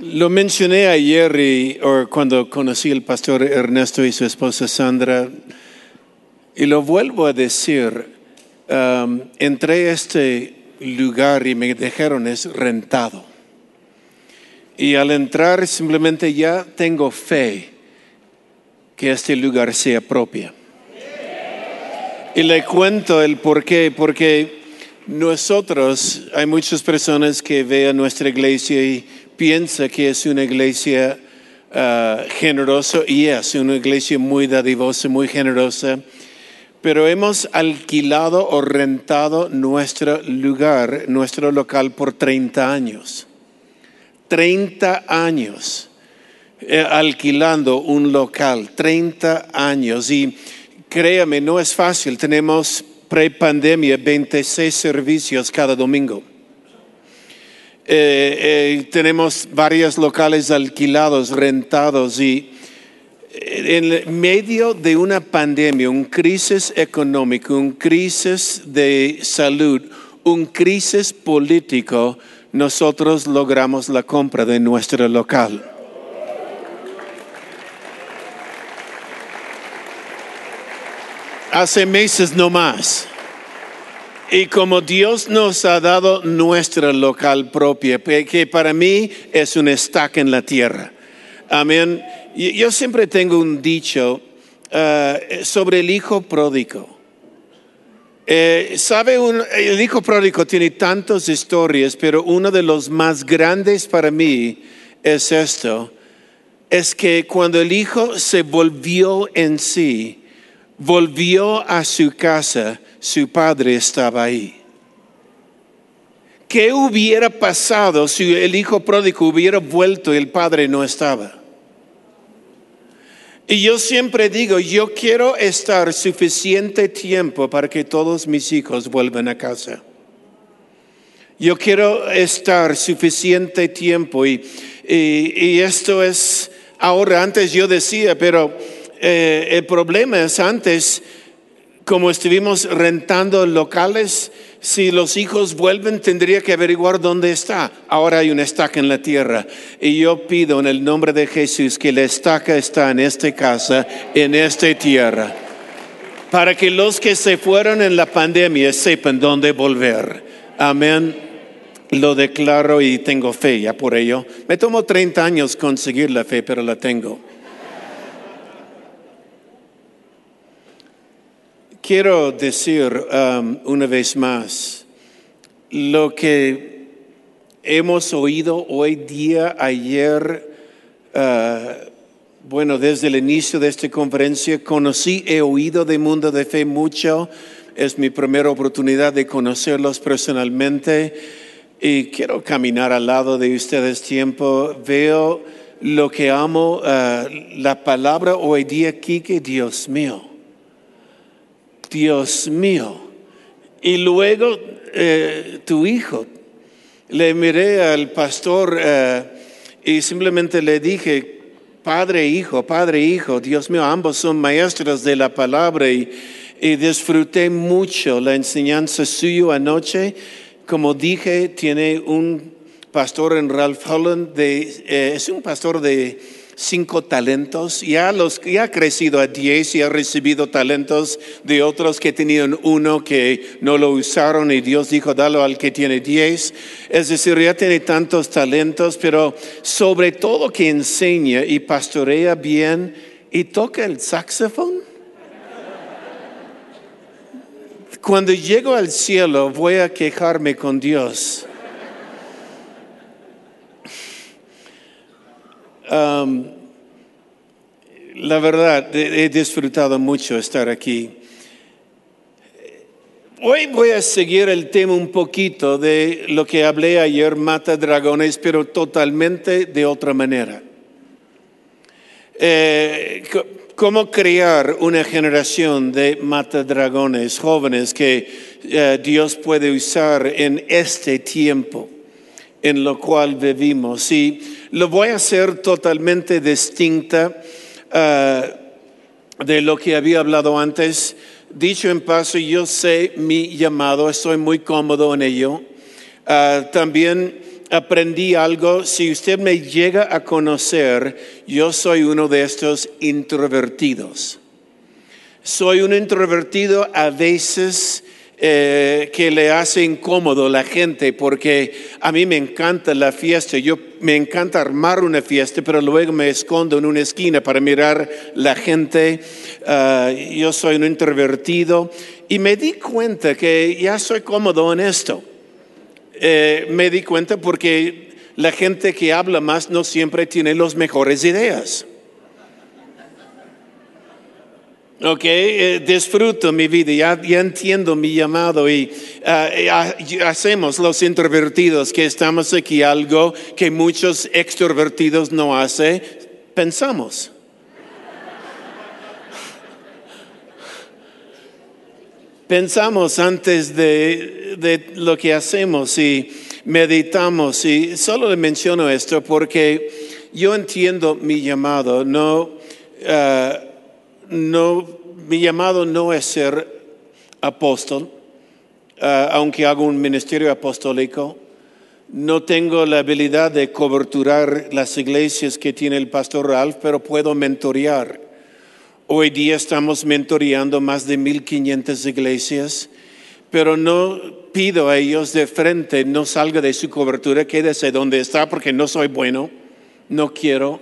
Lo mencioné ayer o cuando conocí al pastor Ernesto y su esposa Sandra, y lo vuelvo a decir. Entré a este lugar y me dijeron es rentado. Y al entrar simplemente ya tengo fe que este lugar sea propio. Y le cuento el por qué, porque nosotros, hay muchas personas que ven nuestra iglesia y piensan que es una iglesia generosa, y es una iglesia muy dadivosa, muy generosa, pero hemos alquilado o rentado nuestro lugar, nuestro local por 30 años. 30 años alquilando un local, 30 años. Y créame, no es fácil. Tenemos pre-pandemia 26 servicios cada domingo. Tenemos varios locales alquilados, rentados, y en medio de una pandemia, un crisis económico, un crisis de salud, un crisis político, nosotros logramos la compra de nuestro local. Hace meses no más. Y como Dios nos ha dado nuestro local propio, que para mí es una estaca en la tierra. Amén. Yo siempre tengo un dicho sobre el hijo pródigo. El hijo pródigo tiene tantas historias, pero uno de los más grandes para mí es esto. Es que cuando el hijo se volvió en sí, volvió a su casa, su padre estaba ahí. ¿Qué hubiera pasado si el hijo pródigo hubiera vuelto y el padre no estaba? Y yo siempre digo, yo quiero estar suficiente tiempo para que todos mis hijos vuelvan a casa. Yo quiero estar suficiente tiempo y esto es ahora. Antes yo decía, pero el problema es antes, como estuvimos rentando locales, si los hijos vuelven, tendría que averiguar dónde está. Ahora hay una estaca en la tierra. Y yo pido en el nombre de Jesús que la estaca está en esta casa, en esta tierra, para que los que se fueron en la pandemia sepan dónde volver. Amén. Lo declaro y tengo fe ya por ello. Me tomó 30 años conseguir la fe, pero la tengo. Quiero decir una vez más lo que hemos oído hoy día, ayer, desde el inicio de esta conferencia. He oído de Mundo de Fe mucho. Es mi primera oportunidad de conocerlos personalmente y quiero caminar al lado de ustedes tiempo. Veo lo que amo, la palabra hoy día aquí, que Dios mío. Dios mío. Y luego tu hijo. Le miré al pastor y simplemente le dije, padre, hijo, Dios mío, ambos son maestros de la palabra y disfruté mucho la enseñanza suya anoche. Como dije, tiene un pastor en Ralph Holland, es un pastor de 5 talentos, ya ha crecido a 10 y ha recibido talentos de otros que tenían 1 que no lo usaron y Dios dijo, dalo al que tiene 10. Es decir, ya tiene tantos talentos, pero sobre todo que enseña y pastorea bien y toca el saxofón. Cuando llego al cielo voy a quejarme con Dios. La verdad, he disfrutado mucho estar aquí. Hoy voy a seguir el tema un poquito de lo que hablé ayer, Mata Dragones, pero totalmente de otra manera. Cómo crear una generación de matadragones, jóvenes que Dios puede usar en este tiempo en lo cual vivimos. Y lo voy a hacer totalmente distinta de lo que había hablado antes. Dicho en paso, yo sé mi llamado, estoy muy cómodo en ello. También aprendí algo. Si usted me llega a conocer, yo soy uno de estos introvertidos. Soy un introvertido a veces que le hace incómodo a la gente, porque a mí me encanta la fiesta. Me encanta armar una fiesta, pero luego me escondo en una esquina para mirar la gente. Yo soy un introvertido y me di cuenta que ya soy cómodo en esto. Me di cuenta porque la gente que habla más no siempre tiene las mejores ideas. Ok, disfruto mi vida, ya entiendo mi llamado y hacemos los introvertidos que estamos aquí algo que muchos extrovertidos no hacen, pensamos. Pensamos antes de lo que hacemos y meditamos, y solo le menciono esto porque yo entiendo mi llamado. Mi llamado no es ser apóstol, aunque hago un ministerio apostólico. No tengo la habilidad de coberturar las iglesias que tiene el pastor Ralph, pero puedo mentorear. Hoy día estamos mentoreando más de 1,500 iglesias, pero no pido a ellos de frente, no salga de su cobertura, quédese donde está porque no soy bueno, no quiero.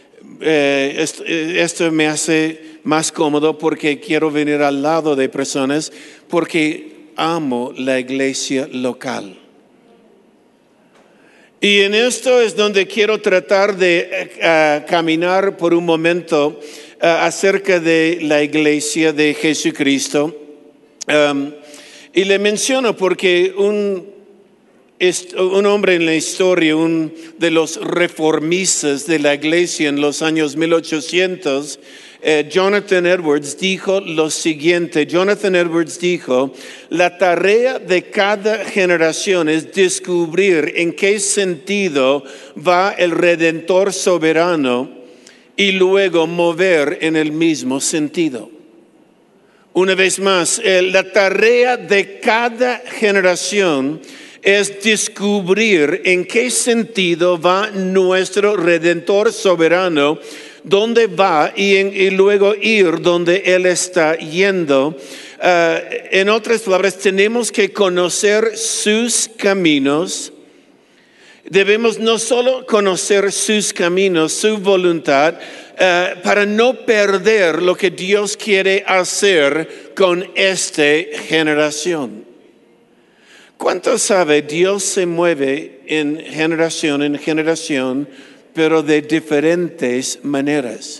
Esto me hace más cómodo porque quiero venir al lado de personas, porque amo la iglesia local. Y en esto es donde quiero tratar de caminar por un momento acerca de la iglesia de Jesucristo. Y le menciono porque un hombre en la historia, un de los reformistas de la iglesia en los años 1800, Jonathan Edwards dijo lo siguiente. Jonathan Edwards dijo: la tarea de cada generación es descubrir en qué sentido va el Redentor soberano y luego mover en el mismo sentido. Una vez más, la tarea de cada generación es descubrir en qué sentido va nuestro Redentor soberano, dónde va y luego ir donde Él está yendo. En otras palabras, tenemos que conocer sus caminos. Debemos no solo conocer sus caminos, su voluntad, para no perder lo que Dios quiere hacer con esta generación. ¿Cuánto sabe? Dios se mueve en generación, pero de diferentes maneras.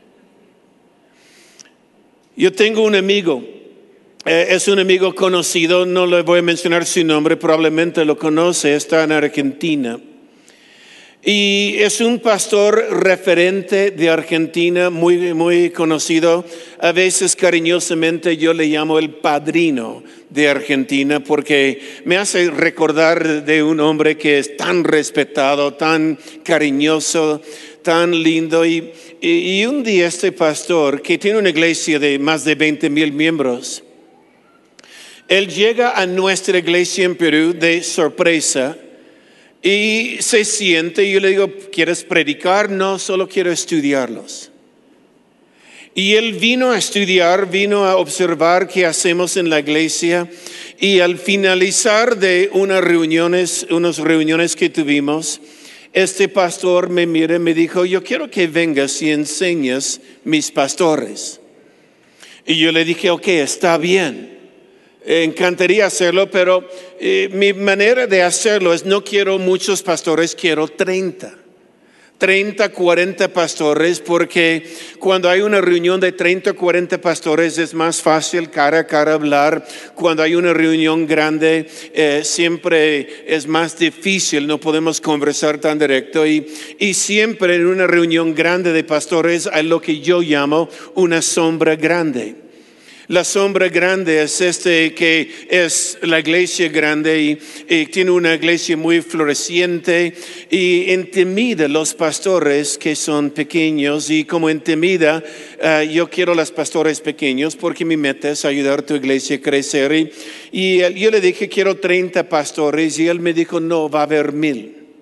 Yo tengo un amigo, es un amigo conocido, no le voy a mencionar su nombre, probablemente lo conoce, está en Argentina. Y es un pastor referente de Argentina, muy, muy conocido. A veces cariñosamente yo le llamo el padrino de Argentina, porque me hace recordar de un hombre que es tan respetado, tan cariñoso, tan lindo. Y un día este pastor, que tiene una iglesia de más de 20,000 miembros, él llega a nuestra iglesia en Perú de sorpresa. Y se siente, y yo le digo: ¿quieres predicar? No, solo quiero estudiarlos. Y él vino a estudiar, vino a observar qué hacemos en la iglesia. Y al finalizar de unas reuniones que tuvimos, este pastor me miró y me dijo: yo quiero que vengas y enseñes mis pastores. Y yo le dije: ok, está bien. Encantaría hacerlo, pero mi manera de hacerlo es: no quiero muchos pastores, quiero 30, 40 pastores, porque cuando hay una reunión de 30 o 40 pastores es más fácil cara a cara hablar. Cuando hay una reunión grande siempre es más difícil, no podemos conversar tan directo, y siempre en una reunión grande de pastores hay lo que yo llamo una sombra grande. La sombra grande es que es la iglesia grande y tiene una iglesia muy floreciente y intimida a los pastores que son pequeños. Y como intimida, yo quiero a los pastores pequeños porque mi meta es ayudar a tu iglesia a crecer. Y yo le dije: quiero 30 pastores, y él me dijo: no, va a haber 1,000.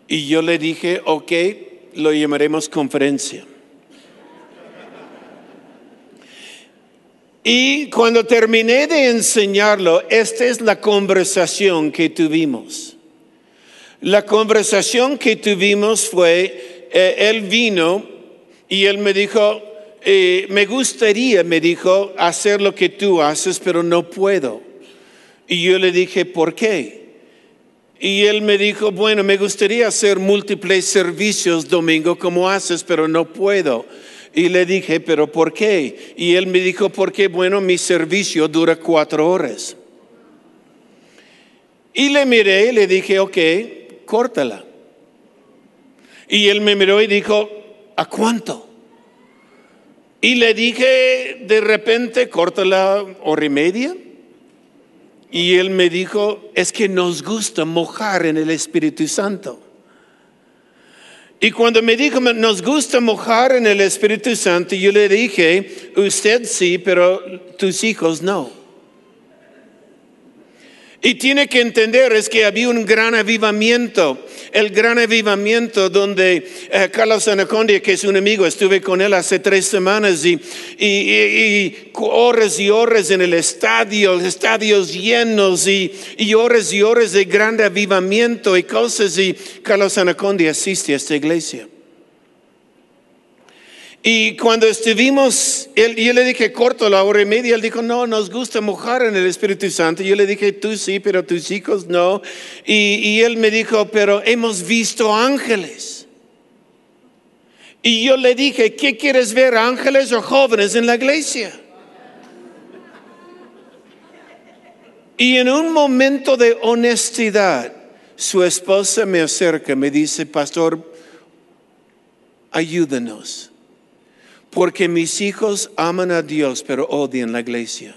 Y yo le dije, ok, lo llamaremos conferencia. Y cuando terminé de enseñarlo, esta es la conversación que tuvimos. La conversación que tuvimos fue, él vino y él me dijo, me gustaría, me dijo, hacer lo que tú haces, pero no puedo. Y yo le dije, ¿por qué? Y él me dijo, bueno, me gustaría hacer múltiples servicios domingo como haces, pero no puedo. Y le dije, ¿pero por qué? Y él me dijo, porque bueno, mi servicio dura 4 horas. Y le miré y le dije, ok, córtala. Y él me miró y dijo, ¿a cuánto? Y le dije, de repente, córtala 1:30. Y él me dijo, es que nos gusta mojar en el Espíritu Santo. Y cuando me dijo, nos gusta mojar en el Espíritu Santo, yo le dije, usted sí, pero tus hijos no. Y tiene que entender es que había un gran avivamiento. El gran avivamiento donde Carlos Anacondia, que es un amigo, estuve con él hace 3 semanas y horas y horas en el estadio, estadios llenos y horas de gran avivamiento y cosas. Y Carlos Anacondia asiste a esta iglesia. Y cuando estuvimos, yo le dije, corto la 1:30, él dijo, no, nos gusta mojar en el Espíritu Santo. Yo le dije, tú sí, pero tus hijos no. Y él me dijo, pero hemos visto ángeles. Y yo le dije, ¿qué quieres ver, ángeles o jóvenes en la iglesia? Y en un momento de honestidad, su esposa me acerca, me dice, pastor, ayúdanos. Porque mis hijos aman a Dios, pero odian la iglesia.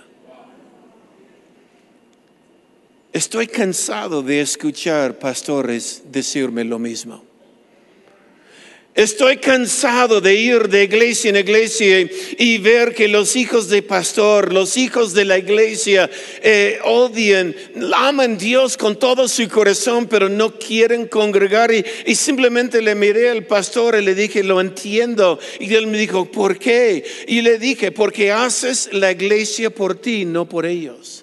Estoy cansado de escuchar pastores decirme lo mismo. Estoy cansado de ir de iglesia en iglesia y ver que los hijos de pastor, los hijos de la iglesia odian, aman a Dios con todo su corazón, pero no quieren congregar. Y simplemente le miré al pastor y le dije, lo entiendo. Y él me dijo, ¿por qué? Y le dije, porque haces la iglesia por ti, no por ellos.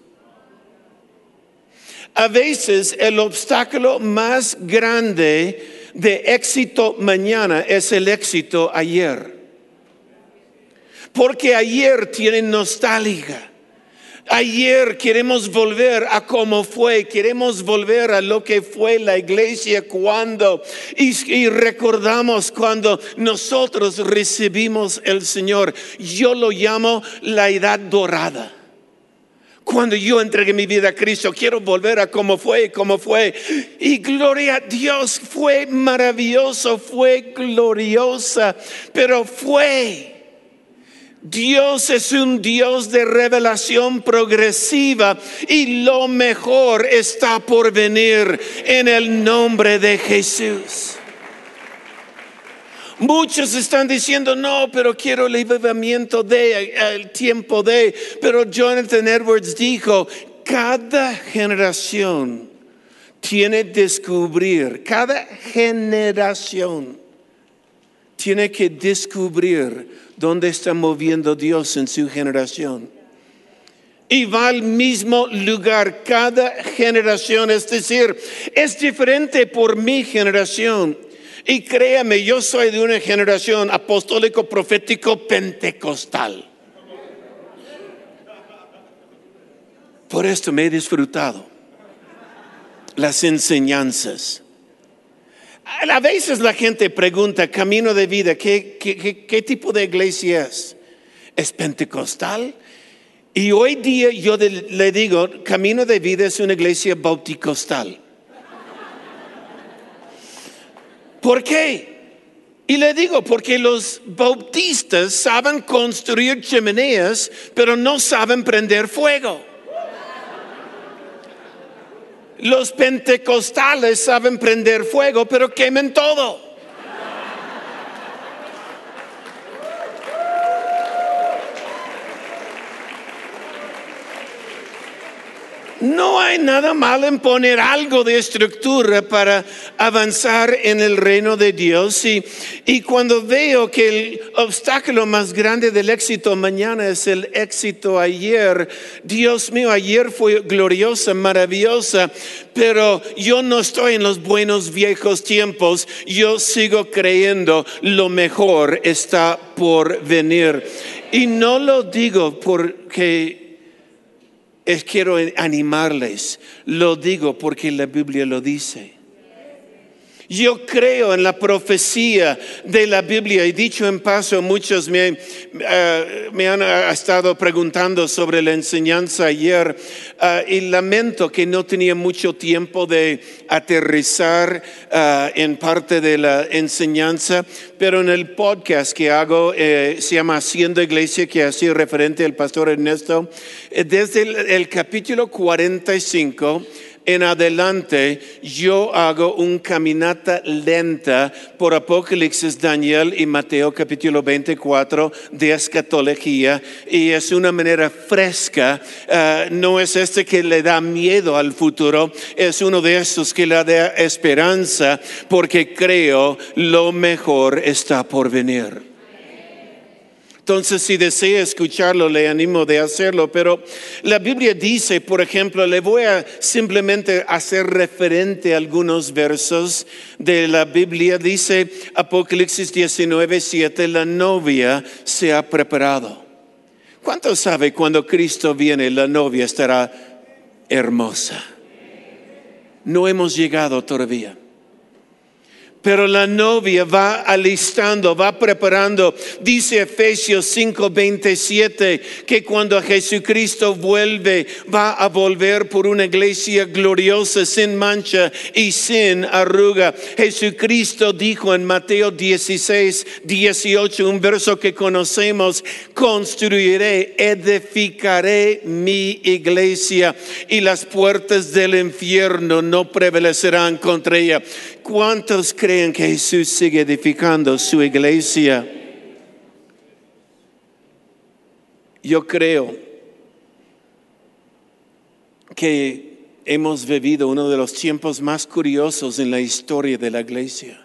A veces el obstáculo más grande de éxito mañana es el éxito ayer. Porque ayer tienen nostalgia. Ayer queremos volver a como fue, queremos volver a lo que fue la iglesia cuando, y recordamos cuando nosotros recibimos el Señor. Yo lo llamo la edad dorada. Cuando yo entregué mi vida a Cristo, quiero volver a como fue. Y gloria a Dios, fue maravilloso, fue gloriosa, pero fue. Dios es un Dios de revelación progresiva y lo mejor está por venir en el nombre de Jesús. Muchos están diciendo, no, pero quiero el avivamiento el tiempo de. Pero Jonathan Edwards dijo, cada generación tiene que descubrir, cada generación tiene que descubrir dónde está moviendo Dios en su generación. Y va al mismo lugar cada generación, es decir, es diferente por mi generación. Y créame, yo soy de una generación apostólico, profético, pentecostal. Por esto me he disfrutado las enseñanzas. A veces la gente pregunta, Camino de Vida, ¿qué tipo de iglesia es? ¿Es pentecostal? Y hoy día yo le digo, Camino de Vida es una iglesia bauticostal. ¿Por qué? Y le digo, porque los bautistas saben construir chimeneas, pero no saben prender fuego. Los pentecostales saben prender fuego, pero queman todo. No hay nada malo en poner algo de estructura para avanzar en el reino de Dios. Y cuando veo que el obstáculo más grande del éxito mañana es el éxito ayer, Dios mío, ayer fue gloriosa, maravillosa, pero yo no estoy en los buenos viejos tiempos. Yo sigo creyendo lo mejor está por venir. Y no lo digo porque quiero animarles, lo digo porque la Biblia lo dice. Yo creo en la profecía de la Biblia y dicho en paso, muchos me han estado preguntando sobre la enseñanza ayer y lamento que no tenía mucho tiempo de aterrizar en parte de la enseñanza, pero en el podcast que hago se llama Haciendo Iglesia, que ha sido referente al pastor Ernesto, desde el capítulo 45 en adelante yo hago una caminata lenta por Apocalipsis, Daniel y Mateo capítulo 24 de escatología, y es una manera fresca. No es que le da miedo al futuro, es uno de esos que le da esperanza, porque creo lo mejor está por venir. Entonces, si desea escucharlo, le animo de hacerlo. Pero la Biblia dice, por ejemplo, le voy a simplemente hacer referente a algunos versos de la Biblia. Dice Apocalipsis 19:7, la novia se ha preparado. ¿Cuántos sabe cuando Cristo viene, la novia estará hermosa? No hemos llegado todavía. Pero la novia va alistando, va preparando. Dice Efesios 5:27 que cuando Jesucristo vuelve, va a volver por una iglesia gloriosa, sin mancha y sin arruga. Jesucristo dijo en Mateo 16:18, un verso que conocemos: construiré, edificaré mi iglesia y las puertas del infierno no prevalecerán contra ella. ¿Cuántos creen que Jesús sigue edificando su iglesia? Yo creo que hemos vivido uno de los tiempos más curiosos en la historia de la iglesia.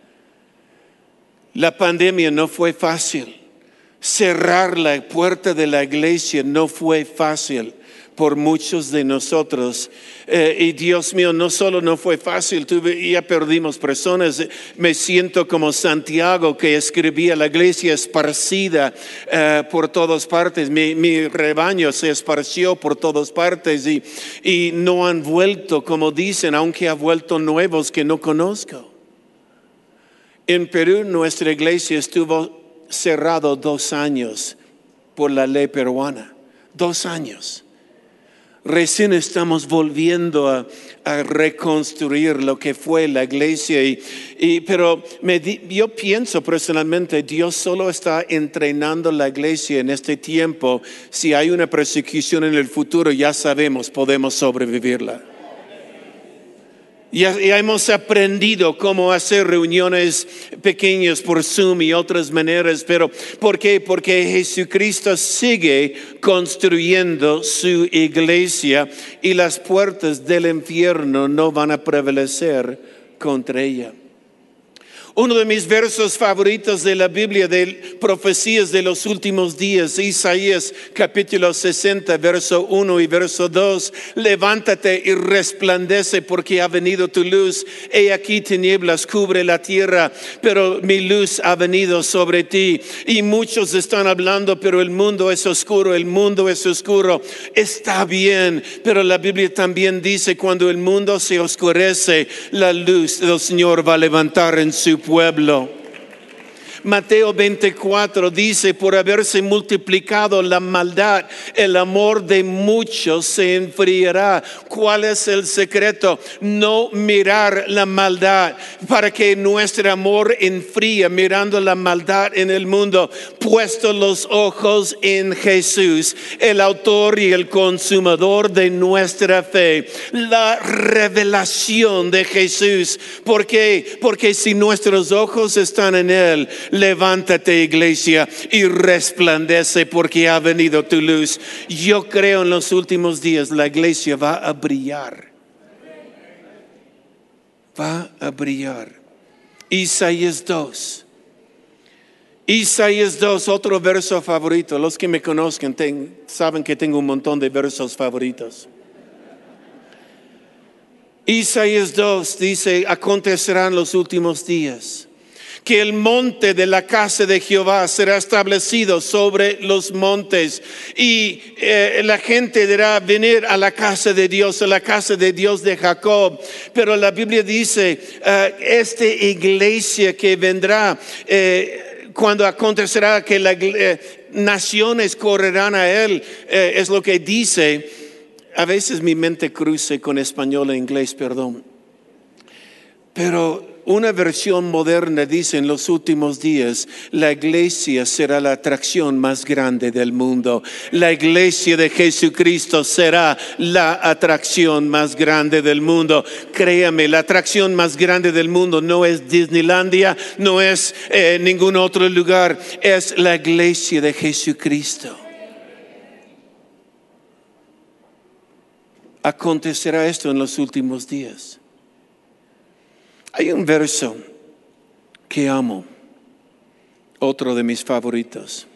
La pandemia no fue fácil. Cerrar la puerta de la iglesia no fue fácil por muchos de nosotros. Y Dios mío, no solo no fue fácil, ya perdimos personas. Me siento como Santiago, que escribía: la iglesia esparcida por todas partes. Mi rebaño se esparció por todas partes y no han vuelto, como dicen, aunque ha vuelto nuevos que no conozco. En Perú nuestra iglesia estuvo cerrado 2 años por la ley peruana. 2 años. Recién estamos volviendo a reconstruir lo que fue la iglesia, pero yo pienso personalmente, Dios solo está entrenando la iglesia en este tiempo. Si hay una persecución en el futuro, ya sabemos, podemos sobrevivirla. Ya hemos aprendido cómo hacer reuniones pequeñas por Zoom y otras maneras, pero ¿por qué? Porque Jesucristo sigue construyendo su iglesia y las puertas del infierno no van a prevalecer contra ella. Uno de mis versos favoritos de la Biblia, de profecías de los últimos días, Isaías capítulo 60, verso 1 y verso 2. Levántate y resplandece, porque ha venido tu luz. He aquí tinieblas cubre la tierra, pero mi luz ha venido sobre ti. Y muchos están hablando, pero el mundo es oscuro, el mundo es oscuro. Está bien, pero la Biblia también dice: cuando el mundo se oscurece, la luz del Señor va a levantar en su pueblo. Mateo 24 dice: por haberse multiplicado la maldad, el amor de muchos se enfriará. ¿Cuál es el secreto? No mirar la maldad, para que nuestro amor enfríe mirando la maldad en el mundo. Puesto los ojos en Jesús, el autor y el consumador de nuestra fe. La revelación de Jesús. ¿Por qué? Porque si nuestros ojos están en Él, Levántate, iglesia, y resplandece porque ha venido tu luz. Yo creo en los últimos días la iglesia va a brillar. Va a brillar. Isaías 2. Isaías 2, otro verso favorito. Los que me conozcan saben que tengo un montón de versos favoritos. Isaías 2 dice, acontecerán los últimos días que el monte de la casa de Jehová será establecido sobre los montes y la gente dirá venir a la casa de Dios, a la casa de Dios de Jacob. Pero la Biblia dice, esta iglesia que vendrá, cuando acontecerá que las naciones correrán a él, es lo que dice. A veces mi mente cruza con español e inglés, perdón. Pero una versión moderna dice en los últimos días, la iglesia será la atracción más grande del mundo. La iglesia de Jesucristo será la atracción más grande del mundo. Créame, la atracción más grande del mundo no es Disneylandia, no es ningún otro lugar, es la iglesia de Jesucristo. Acontecerá esto en los últimos días. Hay un verso que amo, otro de mis favoritos.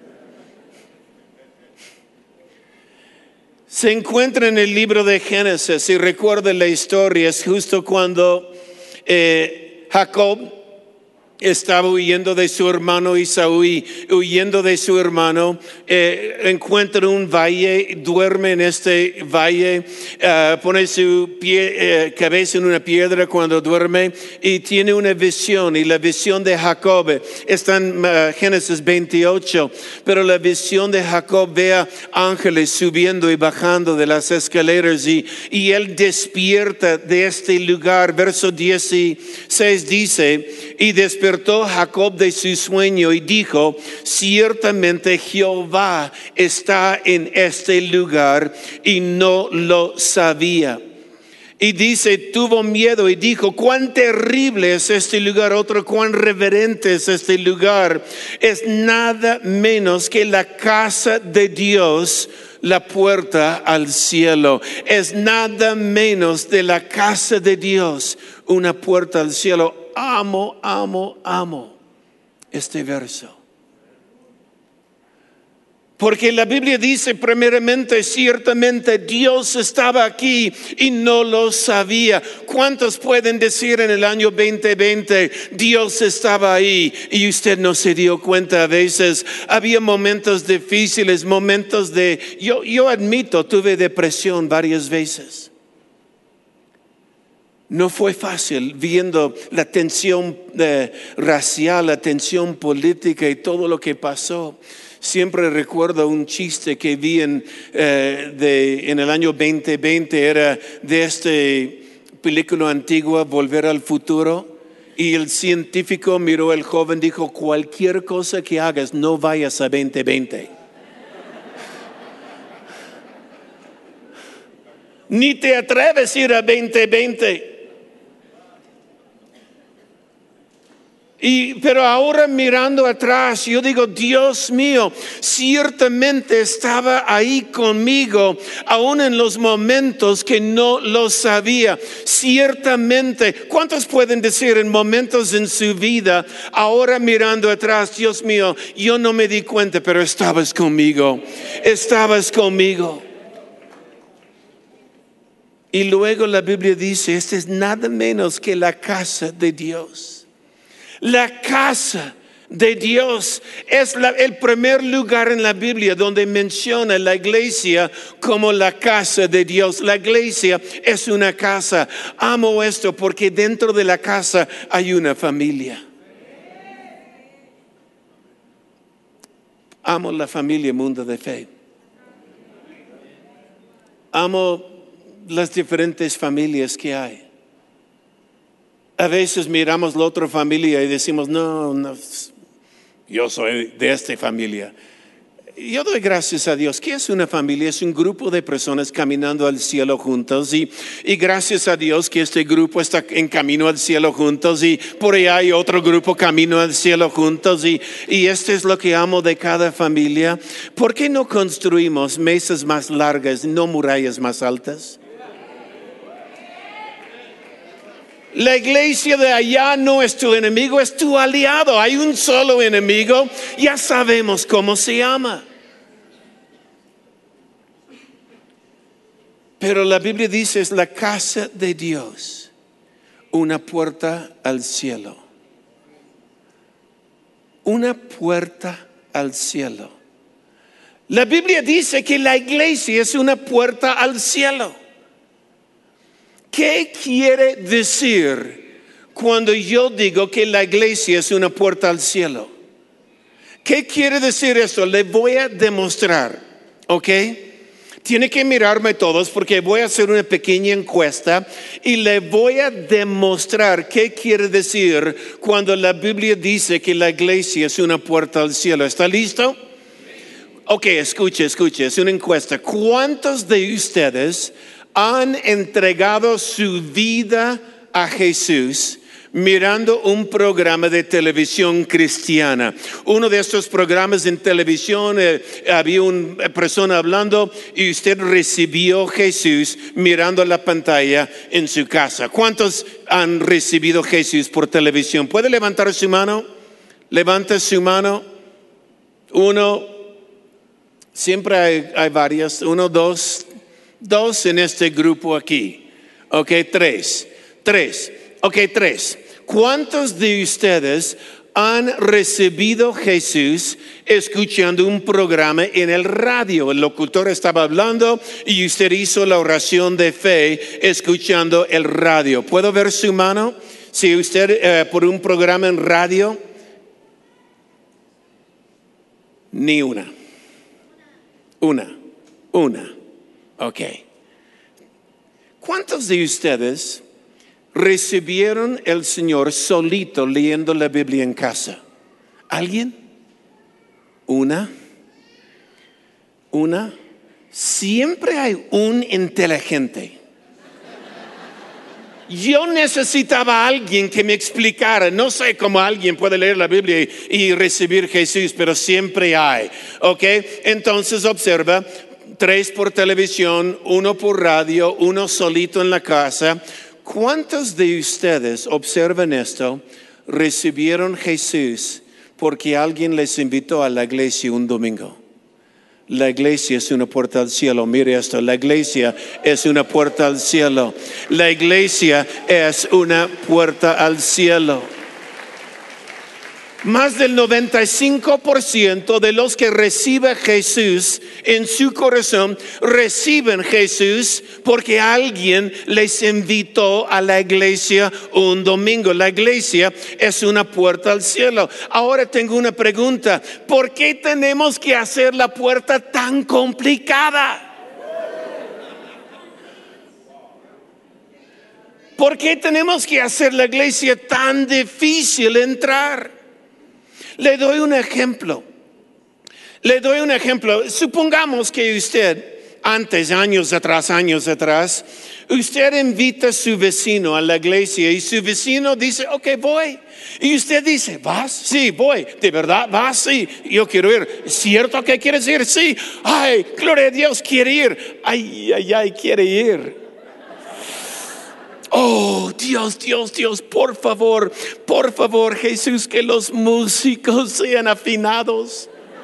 Se encuentra en el libro de Génesis y recuerda la historia, es justo cuando Jacob estaba huyendo de su hermano Esaú y huyendo de su hermano, encuentra un valle, duerme en este valle, pone su cabeza en una piedra cuando duerme y tiene una visión. Y la visión de Jacob está en Génesis 28, pero la visión de Jacob ve a ángeles subiendo y bajando de las escaleras y él despierta de este lugar. Verso 16 dice, y despertó Jacob de su sueño y dijo, ciertamente Jehová está en este lugar y no lo sabía. Y dice, tuvo miedo y dijo, cuán terrible es este lugar, otro cuán reverente es este lugar. Es nada menos que la casa de Dios, la puerta al cielo. Es nada menos de la casa de Dios, una puerta al cielo. Amo este verso. Porque la Biblia dice primeramente, ciertamente Dios estaba aquí y no lo sabía. ¿Cuántos pueden decir en el año 2020, Dios estaba ahí y usted no se dio cuenta? A veces había momentos difíciles, momentos yo admito, tuve depresión varias veces. No fue fácil viendo la tensión racial, la tensión política y todo lo que pasó. Siempre recuerdo un chiste que vi en el año 2020, era de esta película antigua, Volver al Futuro. Y el científico miró al joven y dijo, cualquier cosa que hagas, no vayas a 2020. Ni te atreves a ir a 2020. Pero ahora mirando atrás, yo digo, Dios mío, ciertamente estaba ahí conmigo, aún en los momentos que no lo sabía. Ciertamente, ¿cuántos pueden decir en momentos en su vida, ahora mirando atrás, Dios mío, yo no me di cuenta, pero estabas conmigo, estabas conmigo? Y luego la Biblia dice, este es nada menos que la casa de Dios. La casa de Dios es el primer lugar en la Biblia donde menciona la iglesia como la casa de Dios. La iglesia es una casa. Amo esto porque dentro de la casa hay una familia. Amo la familia Mundo de Fe. Amo las diferentes familias que hay. A veces miramos la otra familia y decimos, no, yo soy de esta familia. yo doy gracias a Dios. ¿Qué es una familia? Es un grupo de personas caminando al cielo juntos. Y gracias a Dios que este grupo está en camino al cielo juntos. Y por allá hay otro grupo camino al cielo juntos. Y esto es lo que amo de cada familia. ¿Por qué no construimos mesas más largas, no murallas más altas? La iglesia de allá no es tu enemigo, es tu aliado. Hay un solo enemigo, ya sabemos cómo se llama. Pero la Biblia dice es la casa de Dios, una puerta al cielo. Una puerta al cielo. La Biblia dice que la iglesia es una puerta al cielo. ¿Qué quiere decir cuando yo digo que la iglesia es una puerta al cielo? ¿Qué quiere decir esto? Le voy a demostrar, ¿ok? Tiene que mirarme todos porque voy a hacer una pequeña encuesta y le voy a demostrar qué quiere decir cuando la Biblia dice que la iglesia es una puerta al cielo. ¿Está listo? Ok, escuche, es una encuesta. ¿Cuántos de ustedes han entregado su vida a Jesús mirando un programa de televisión cristiana? Uno de estos programas en televisión, había una persona hablando y usted recibió Jesús mirando la pantalla en su casa. ¿Cuántos han recibido Jesús por televisión? ¿Puede levantar su mano? Levanta su mano. Uno. Siempre hay varias. Uno, dos en este grupo aquí. Ok, tres. Ok, tres. ¿Cuántos de ustedes han recibido Jesús escuchando un programa en el radio? El locutor estaba hablando y usted hizo la oración de fe escuchando el radio. ¿Puedo ver su mano? Si usted por un programa en radio, ni una. Una. Ok. ¿Cuántos de ustedes recibieron el Señor solito leyendo la Biblia en casa? ¿Alguien? Una. Siempre hay un inteligente. Yo necesitaba a alguien que me explicara. No sé cómo alguien puede leer la Biblia y recibir Jesús, pero siempre hay. ¿Ok? Entonces observa, 3 por televisión, 1 por radio, 1 solito en la casa. ¿Cuántos de ustedes, observen esto, recibieron Jesús porque alguien les invitó a la iglesia un domingo? La iglesia es una puerta al cielo. Mire esto, la iglesia es una puerta al cielo. La iglesia es una puerta al cielo. Más del 95% de los que reciben Jesús en su corazón reciben Jesús porque alguien les invitó a la iglesia un domingo. La iglesia es una puerta al cielo. Ahora tengo una pregunta. ¿Por qué tenemos que hacer la puerta tan complicada? ¿Por qué tenemos que hacer la iglesia tan difícil entrar? Le doy un ejemplo. Supongamos que usted, años atrás, usted invita a su vecino a la iglesia y su vecino dice, ok, voy. Y usted dice, ¿vas? Sí, voy. ¿De verdad vas? Sí, yo quiero ir. ¿Cierto que quieres ir? Sí. Ay, gloria a Dios, quiere ir. Ay, quiere ir. Oh, Dios, por favor, Jesús, que los músicos sean afinados.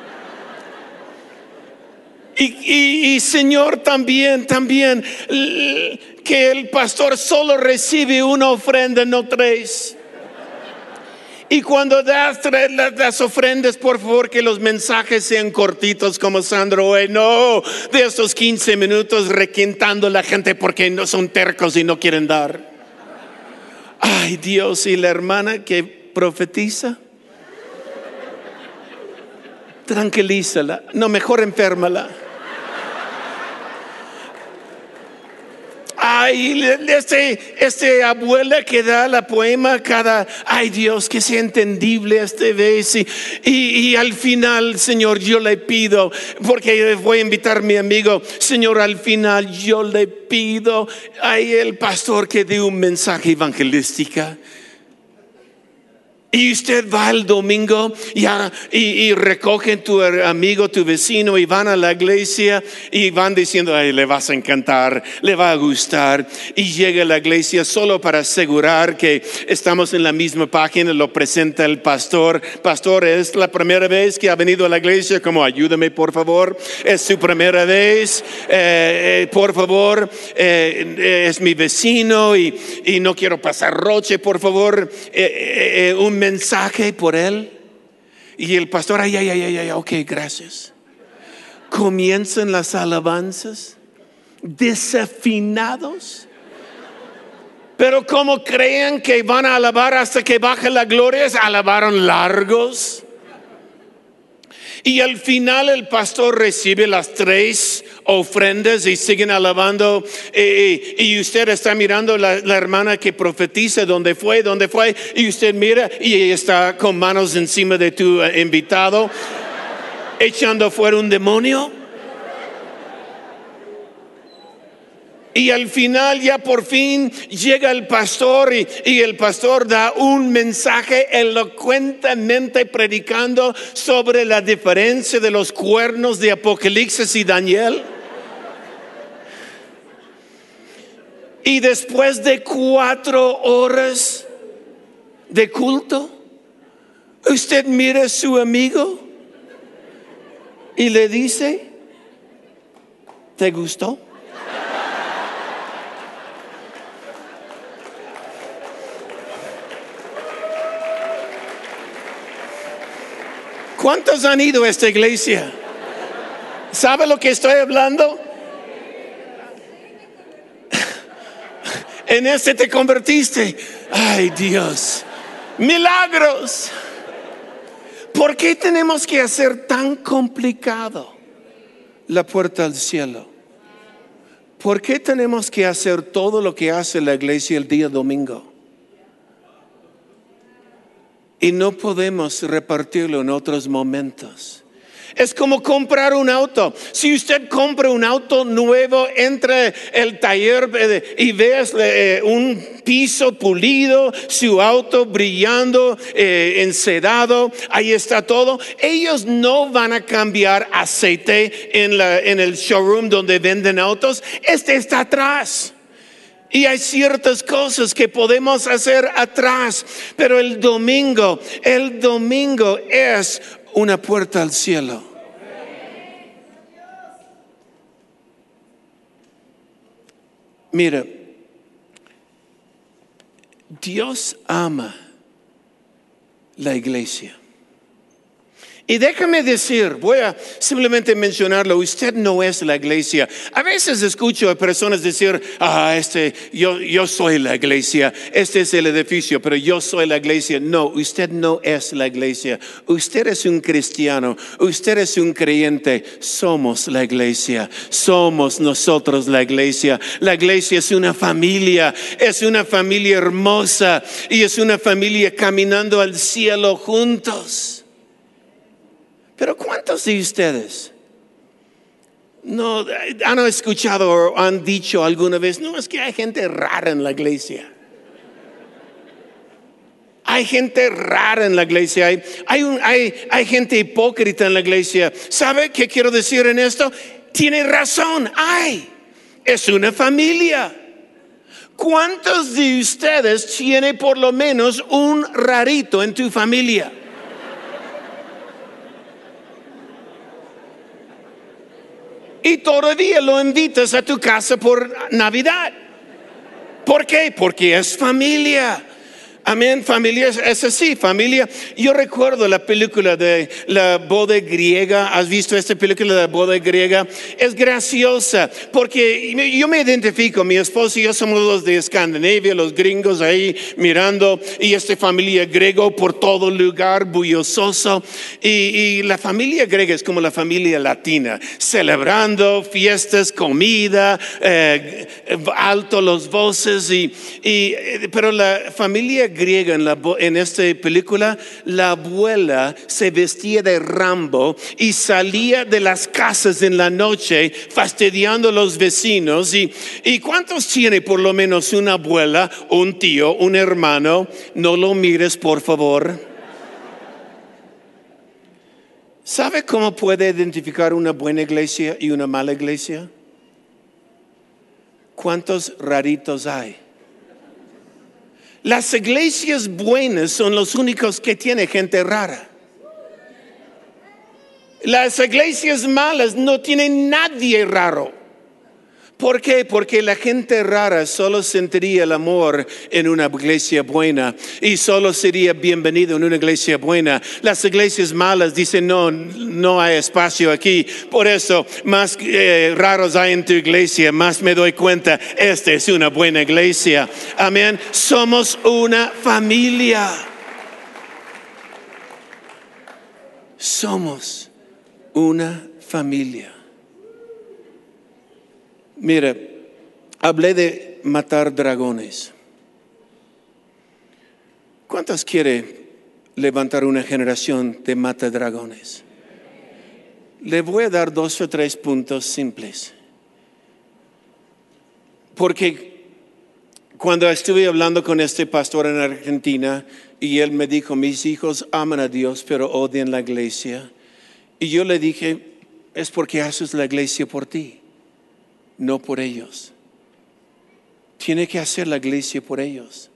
Y Señor, también, que el pastor solo recibe una ofrenda, no 3. Y cuando das las ofrendas, por favor, que los mensajes sean cortitos como Sandro hoy. No, de estos 15 minutos requintando a la gente porque no son tercos y no quieren dar. Ay, Dios, y la hermana que profetiza, tranquilízala. No, mejor enférmala. Ay, este abuela que da la poema cada, ay Dios, que sea entendible esta vez. Y al final, Señor, yo le pido, porque voy a invitar a mi amigo, Señor, al final yo le pido a el pastor que dé un mensaje evangelístico. Y usted va el domingo y recogen tu amigo, tu vecino, y van a la iglesia y van diciendo, ay, le vas a encantar, le va a gustar. Y llega a la iglesia solo para asegurar que estamos en la misma página. Lo presenta el pastor. Pastor, es la primera vez que ha venido a la iglesia, como ayúdame por favor. Es su primera vez, por favor, es mi vecino y no quiero pasar roche, por favor. Un mensaje por él. Y el pastor, ay, ok, gracias. Comienzan las alabanzas desafinados, pero como creen que van a alabar hasta que baje la gloria, alabaron largos. Y al final el pastor recibe las 3 ofrendas y siguen alabando. Y usted está mirando la hermana que profetiza dónde fue. Y usted mira y ella está con manos encima de tu invitado, echando fuera un demonio. Y al final ya por fin llega el pastor y el pastor da un mensaje elocuentemente predicando sobre la diferencia de los cuernos de Apocalipsis y Daniel. Y después de 4 horas de culto, usted mira a su amigo y le dice, ¿te gustó? ¿Cuántos han ido a esta iglesia? ¿Sabe lo que estoy hablando? En este te convertiste. Ay, Dios. Milagros. ¿Por qué tenemos que hacer tan complicado la puerta al cielo? ¿Por qué tenemos que hacer todo lo que hace la iglesia el día domingo? Y no podemos repartirlo en otros momentos. Es como comprar un auto. Si usted compra un auto nuevo, entra el taller y ves un piso pulido, su auto brillando, encedado, ahí está todo. Ellos no van a cambiar aceite en el showroom donde venden autos. Este está atrás. Y hay ciertas cosas que podemos hacer atrás, pero el domingo es una puerta al cielo. Mira, Dios ama la iglesia. Y déjame decir, voy a simplemente mencionarlo, usted no es la iglesia. A veces escucho a personas decir, yo soy la iglesia, este es el edificio, pero yo soy la iglesia. No, usted no es la iglesia. Usted es un cristiano, usted es un creyente. Somos la iglesia, somos nosotros la iglesia. La iglesia es una familia hermosa y es una familia caminando al cielo juntos. Pero ¿cuántos de ustedes no han escuchado o han dicho alguna vez, no, es que hay gente rara en la iglesia? Hay gente rara en la iglesia, hay gente hipócrita en la iglesia. ¿Sabe qué quiero decir en esto? Tiene razón, es una familia. ¿Cuántos de ustedes tienen por lo menos un rarito en tu familia? Y todavía lo invitas a tu casa por Navidad. ¿Por qué? Porque es familia. Amén, familia, es así, familia. Yo recuerdo la película de la boda griega. ¿Has visto esta película de la boda griega? Es graciosa porque yo me identifico, mi esposo y yo somos los de Escandinavia, los gringos ahí mirando, y esta familia griega por todo lugar, bullicioso. Y la familia griega es como la familia latina, celebrando fiestas, comida, alto los voces, pero la familia griega en esta película, la abuela se vestía de Rambo y salía de las casas en la noche fastidiando a los vecinos. ¿Y cuántos tiene por lo menos una abuela, un tío, un hermano? No lo mires, por favor. ¿Sabe cómo puede identificar una buena iglesia y una mala iglesia? ¿Cuántos raritos hay? Las iglesias buenas son los únicos que tienen gente rara. Las iglesias malas no tienen nadie raro. ¿Por qué? Porque la gente rara solo sentiría el amor en una iglesia buena y solo sería bienvenido en una iglesia buena. Las iglesias malas dicen no hay espacio aquí. Por eso más raros hay en tu iglesia, más me doy cuenta, esta es una buena iglesia. Amén. Somos una familia. Somos una familia. Mira, hablé de matar dragones. ¿Cuántos quiere levantar una generación de mata dragones? Le voy a dar 2 o 3 puntos simples. Porque cuando estuve hablando con este pastor en Argentina y él me dijo, mis hijos aman a Dios pero odian la iglesia. Y yo le dije, es porque haces la iglesia por ti, no por ellos. Tiene que hacer la iglesia por ellos.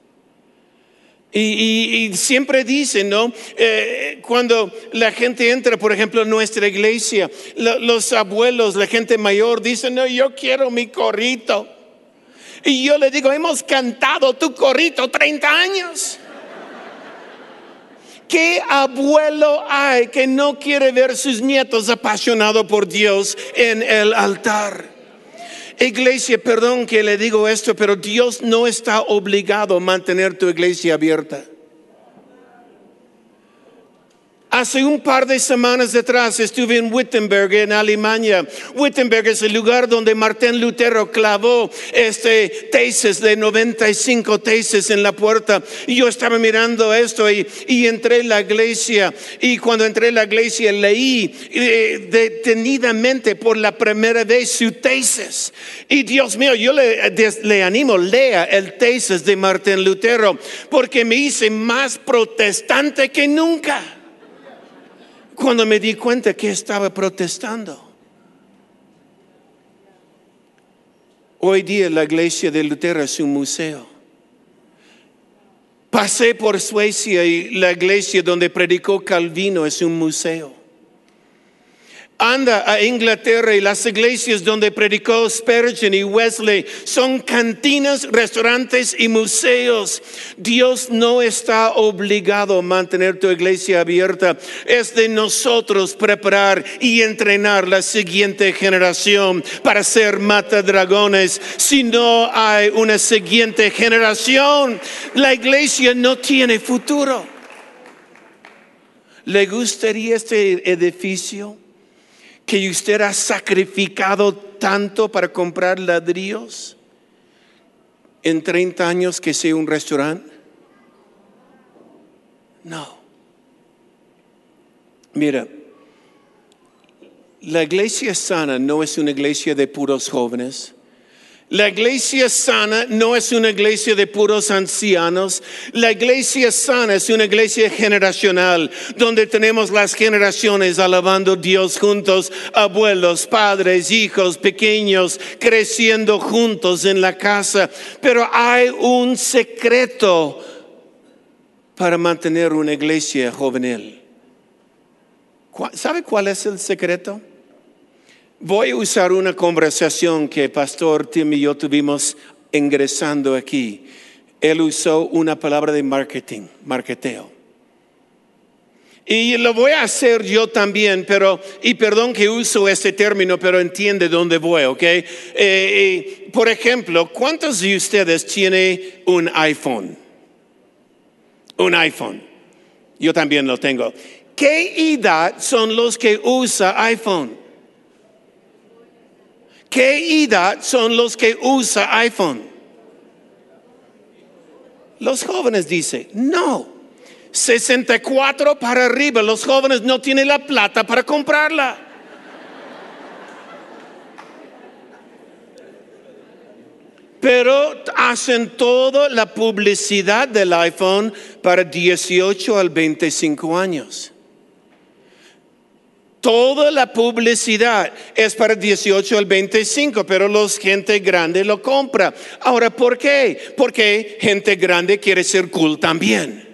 Y siempre dicen, ¿no? Cuando la gente entra, por ejemplo, en nuestra iglesia, los abuelos, la gente mayor, dicen, no, yo quiero mi corrito. Y yo le digo, hemos cantado tu corrito 30 años. ¿Qué abuelo hay que no quiere ver sus nietos apasionados por Dios en el altar? Iglesia, perdón que le digo esto, pero Dios no está obligado a mantener tu iglesia abierta. Hace un par de semanas atrás estuve en Wittenberg, en Alemania. Wittenberg es el lugar donde Martín Lutero clavó tesis de 95 tesis en la puerta. Y yo estaba mirando esto y entré en la iglesia. Y cuando entré en la iglesia leí detenidamente por la primera vez su tesis. Y Dios mío, yo le animo, lea el tesis de Martín Lutero, porque me hice más protestante que nunca. Cuando me di cuenta que estaba protestando. Hoy día la iglesia de Lutero es un museo. Pasé por Suecia y la iglesia donde predicó Calvino es un museo. Anda a Inglaterra y las iglesias donde predicó Spurgeon y Wesley son cantinas, restaurantes y museos. Dios no está obligado a mantener tu iglesia abierta. Es de nosotros preparar y entrenar la siguiente generación para ser matadragones. Si no hay una siguiente generación, la iglesia no tiene futuro. ¿Le gustaría este edificio que usted ha sacrificado tanto para comprar ladrillos, en 30 años que sea un restaurante? No. Mira, la iglesia sana no es una iglesia de puros jóvenes. La iglesia sana no es una iglesia de puros ancianos. La iglesia sana es una iglesia generacional, donde tenemos las generaciones alabando a Dios juntos, abuelos, padres, hijos, pequeños, creciendo juntos en la casa. Pero hay un secreto para mantener una iglesia juvenil. ¿Sabe cuál es el secreto? Voy a usar una conversación que Pastor Tim y yo tuvimos ingresando aquí. él usó una palabra de marketeo. Y lo voy a hacer yo también, y perdón que uso este término, pero entiende dónde voy, ¿ok? Por ejemplo, ¿cuántos de ustedes tienen un iPhone? Un iPhone. Yo también lo tengo. ¿Qué edad son los que usan iPhone? ¿Qué edad son los que usan iPhone? Los jóvenes dicen, no. 64 para arriba, los jóvenes no tienen la plata para comprarla. Pero hacen toda la publicidad del iPhone para 18 al 25 años. Toda la publicidad es para 18 al 25, pero los gente grande lo compra. Ahora, ¿por qué? Porque gente grande quiere ser cool también.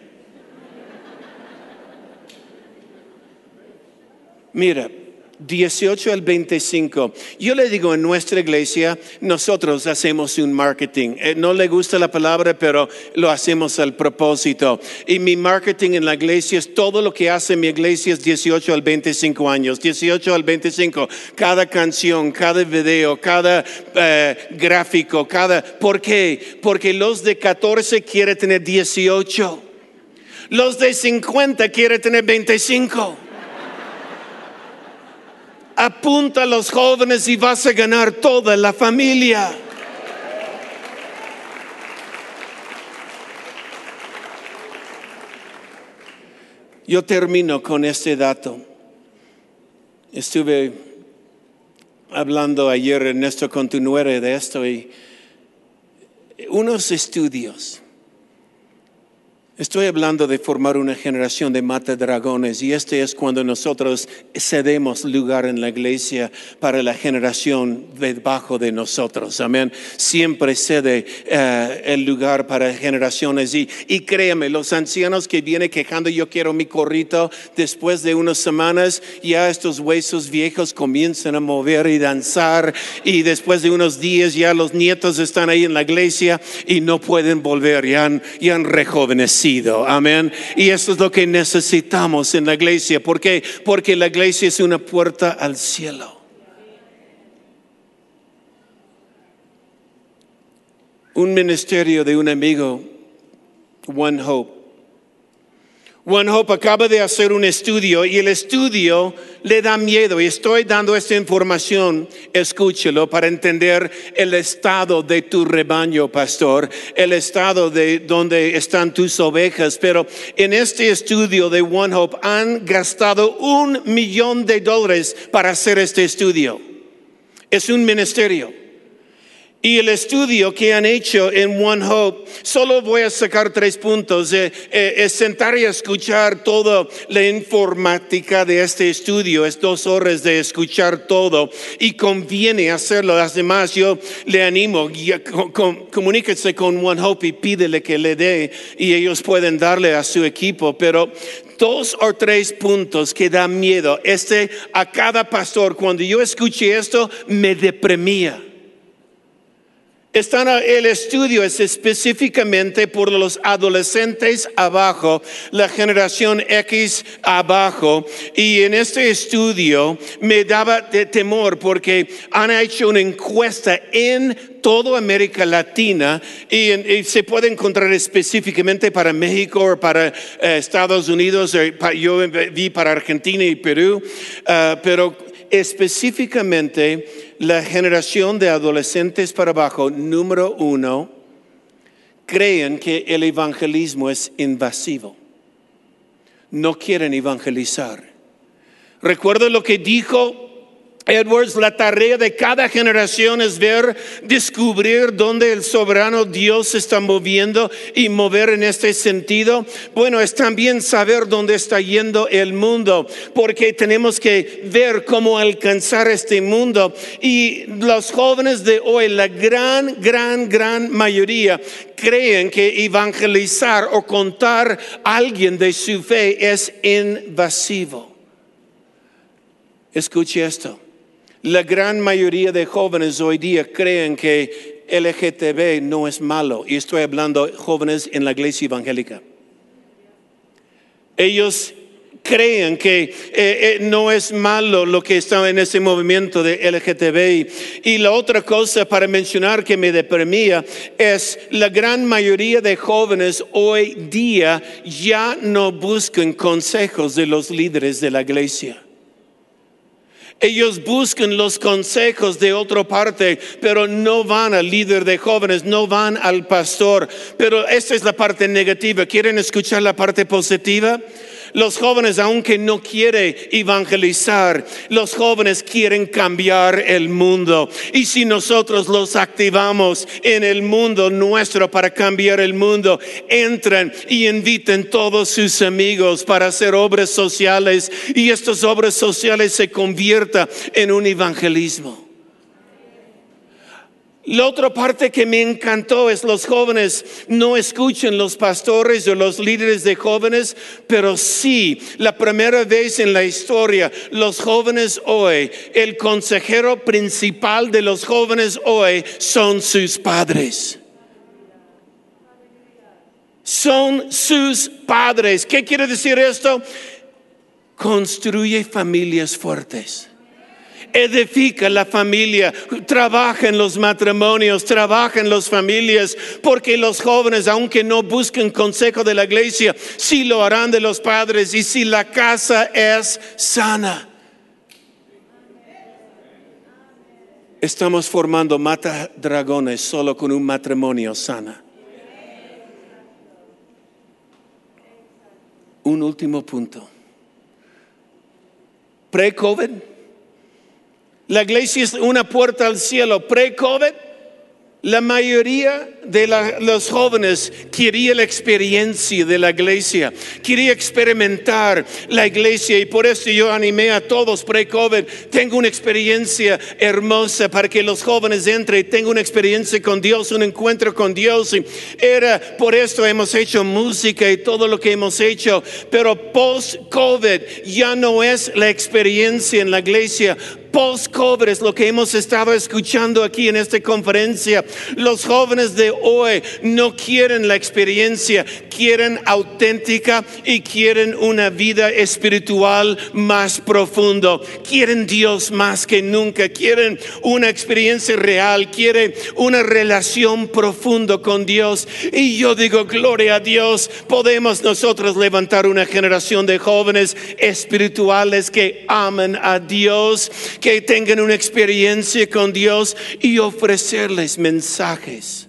Mira, 18 al 25. Yo le digo, en nuestra iglesia, nosotros hacemos un marketing. No le gusta la palabra, pero lo hacemos al propósito. Y mi marketing en la iglesia es todo lo que hace mi iglesia es 18 al 25 años. 18 al 25. Cada canción, cada video, cada gráfico, ¿Por qué? Porque los de 14 quieren tener 18. Los de 50 quieren tener 25. Apunta a los jóvenes y vas a ganar toda la familia. Yo termino con este dato. Estuve hablando ayer, Ernesto continuó de esto, y unos estudios. Estoy hablando de formar una generación de matadragones, y este es cuando nosotros cedemos lugar en la iglesia para la generación debajo de nosotros. Amén. Siempre cede el lugar para generaciones, y créeme, los ancianos que vienen quejando, yo quiero mi corrito, después de unas semanas ya estos huesos viejos comienzan a mover y danzar, y después de unos días ya los nietos están ahí en la iglesia y no pueden volver, ya han rejuvenecido. Amén. Y eso es lo que necesitamos en la iglesia. ¿Por qué? Porque la iglesia es una puerta al cielo. Un ministerio de un amigo, One Hope. One Hope acaba de hacer un estudio, y el estudio le da miedo, y estoy dando esta información, escúchelo, para entender el estado de tu rebaño, pastor, el estado de donde están tus ovejas. Pero en este estudio de One Hope han gastado $1 millón para hacer este estudio. Es un ministerio. Y el estudio que han hecho en One Hope, solo voy a sacar 3 puntos. Es sentar y escuchar toda la informática de este estudio. Es 2 horas de escuchar todo, y conviene hacerlo. Las demás yo le animo, comuníquese con One Hope y pídele que le dé, y ellos pueden darle a su equipo. Pero 2 o 3 puntos que dan miedo. A cada pastor, cuando yo escuché esto, me deprimía. El estudio es específicamente por los adolescentes abajo, la generación X abajo, y en este estudio me daba temor porque han hecho una encuesta en toda América Latina, y se puede encontrar específicamente para México o para Estados Unidos. Yo vi para Argentina y Perú, pero específicamente la generación de adolescentes para abajo, número 1, creen que el evangelismo es invasivo. No quieren evangelizar. Recuerda lo que dijo Edwards: la tarea de cada generación es descubrir dónde el soberano Dios se está moviendo y mover en este sentido. Bueno, es también saber dónde está yendo el mundo, porque tenemos que ver cómo alcanzar este mundo. Y los jóvenes de hoy, la gran mayoría, creen que evangelizar o contar a alguien de su fe es invasivo. Escuche esto. La gran mayoría de jóvenes hoy día creen que LGTB no es malo. Y estoy hablando de jóvenes en la iglesia evangélica. Ellos creen que no es malo lo que está en ese movimiento de LGTBI. Y la otra cosa para mencionar que me deprimía es la gran mayoría de jóvenes hoy día ya no buscan consejos de los líderes de la iglesia. Ellos buscan los consejos de otra parte, pero no van al líder de jóvenes, no van al pastor. Pero esta es la parte negativa. ¿Quieren escuchar la parte positiva? Los jóvenes, aunque no quieren evangelizar, los jóvenes quieren cambiar el mundo. Y si nosotros los activamos en el mundo nuestro para cambiar el mundo, entran y inviten todos sus amigos para hacer obras sociales. Y estas obras sociales se conviertan en un evangelismo. La otra parte que me encantó es los jóvenes no escuchan los pastores o los líderes de jóvenes, pero sí, la primera vez en la historia, los jóvenes hoy, el consejero principal de los jóvenes hoy son sus padres. Son sus padres. ¿Qué quiere decir esto? Construye familias fuertes. Edifica la familia, trabaja en los matrimonios, trabaja en las familias, porque los jóvenes, aunque no busquen consejo de la iglesia, sí lo harán de los padres. Y si la casa es sana, estamos formando matadragones solo con un matrimonio sano. Un último punto. Pre-COVID, la iglesia es una puerta al cielo. Pre-COVID, la mayoría de los jóvenes quería la experiencia de la iglesia, quería experimentar la iglesia, y por eso yo animé a todos pre-COVID. Tengo una experiencia hermosa para que los jóvenes entren y tengan una experiencia con Dios, un encuentro con Dios. Y por esto hemos hecho música y todo lo que hemos hecho. Pero post-COVID ya no es la experiencia en la iglesia. Post-COVID es lo que hemos estado escuchando aquí en esta conferencia. Los jóvenes de hoy no quieren la experiencia, quieren auténtica y quieren una vida espiritual más profundo. Quieren Dios más que nunca, quieren una experiencia real, quieren una relación profunda con Dios. Y yo digo, gloria a Dios, podemos nosotros levantar una generación de jóvenes espirituales que aman a Dios, que tengan una experiencia con Dios, y ofrecerles mensajes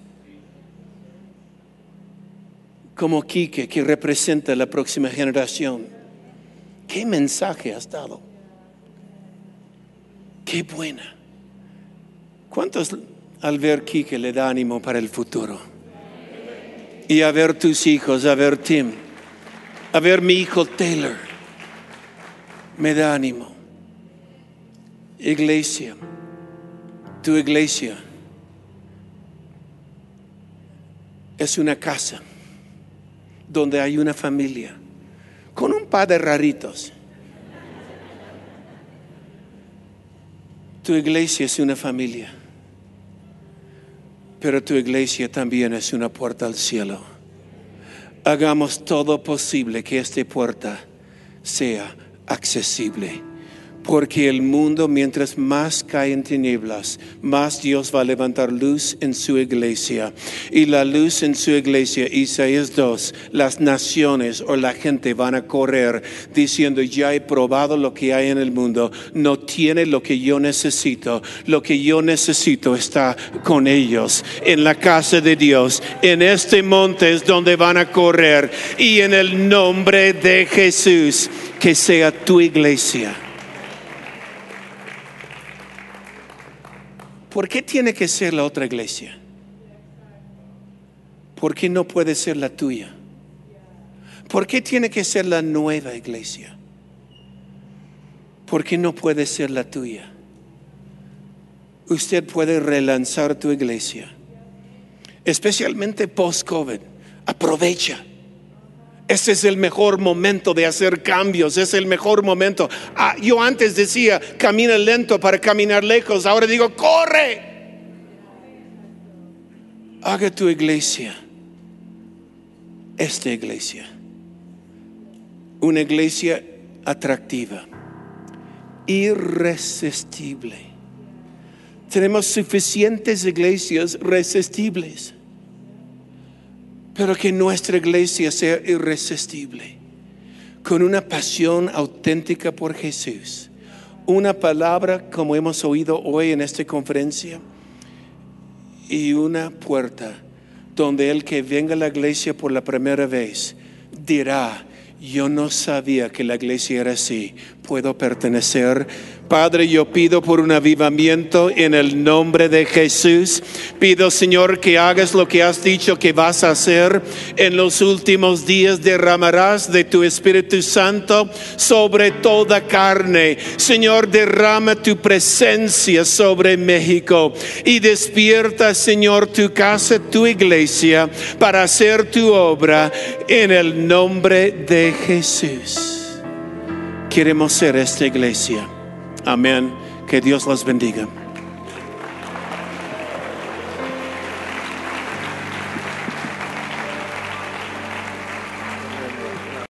como Quique, que representa la próxima generación. ¿Qué mensaje has dado? Qué buena. ¿Cuántos al ver Quique le da ánimo para el futuro? Y a ver tus hijos, a ver Tim, a ver mi hijo Taylor, me da ánimo. Iglesia, tu iglesia es una casa donde hay una familia con un par de raritos. Tu iglesia es una familia, pero tu iglesia también es una puerta al cielo. Hagamos todo posible que esta puerta sea accesible. Porque el mundo, mientras más cae en tinieblas, más Dios va a levantar luz en su iglesia. Y la luz en su iglesia, Isaías 2, las naciones o la gente van a correr diciendo, ya he probado lo que hay en el mundo, no tiene lo que yo necesito. Lo que yo necesito está con ellos, en la casa de Dios. En este monte es donde van a correr. Y en el nombre de Jesús, que sea tu iglesia. ¿Por qué tiene que ser la otra iglesia? ¿Por qué no puede ser la tuya? ¿Por qué tiene que ser la nueva iglesia? ¿Por qué no puede ser la tuya? Usted puede relanzar tu iglesia, especialmente post-COVID. Aprovecha. Ese es el mejor momento de hacer cambios, es el mejor momento. Yo antes decía, camina lento para caminar lejos, ahora digo, corre. haga tu iglesia, esta iglesia, una iglesia atractiva, irresistible. Tenemos suficientes iglesias resistibles, pero que nuestra iglesia sea irresistible, con una pasión auténtica por Jesús. Una palabra como hemos oído hoy en esta conferencia y una puerta donde el que venga a la iglesia por la primera vez dirá: yo no sabía que la iglesia era así, puedo pertenecer. Padre, yo pido por un avivamiento en el nombre de Jesús. Pido, Señor, que hagas lo que has dicho que vas a hacer en los últimos días. Derramarás de tu Espíritu Santo sobre toda carne. Señor, derrama tu presencia sobre México y despierta, Señor, tu casa, tu iglesia, para hacer tu obra en el nombre de Jesús. Queremos ser esta iglesia. Amén. Que Dios los bendiga.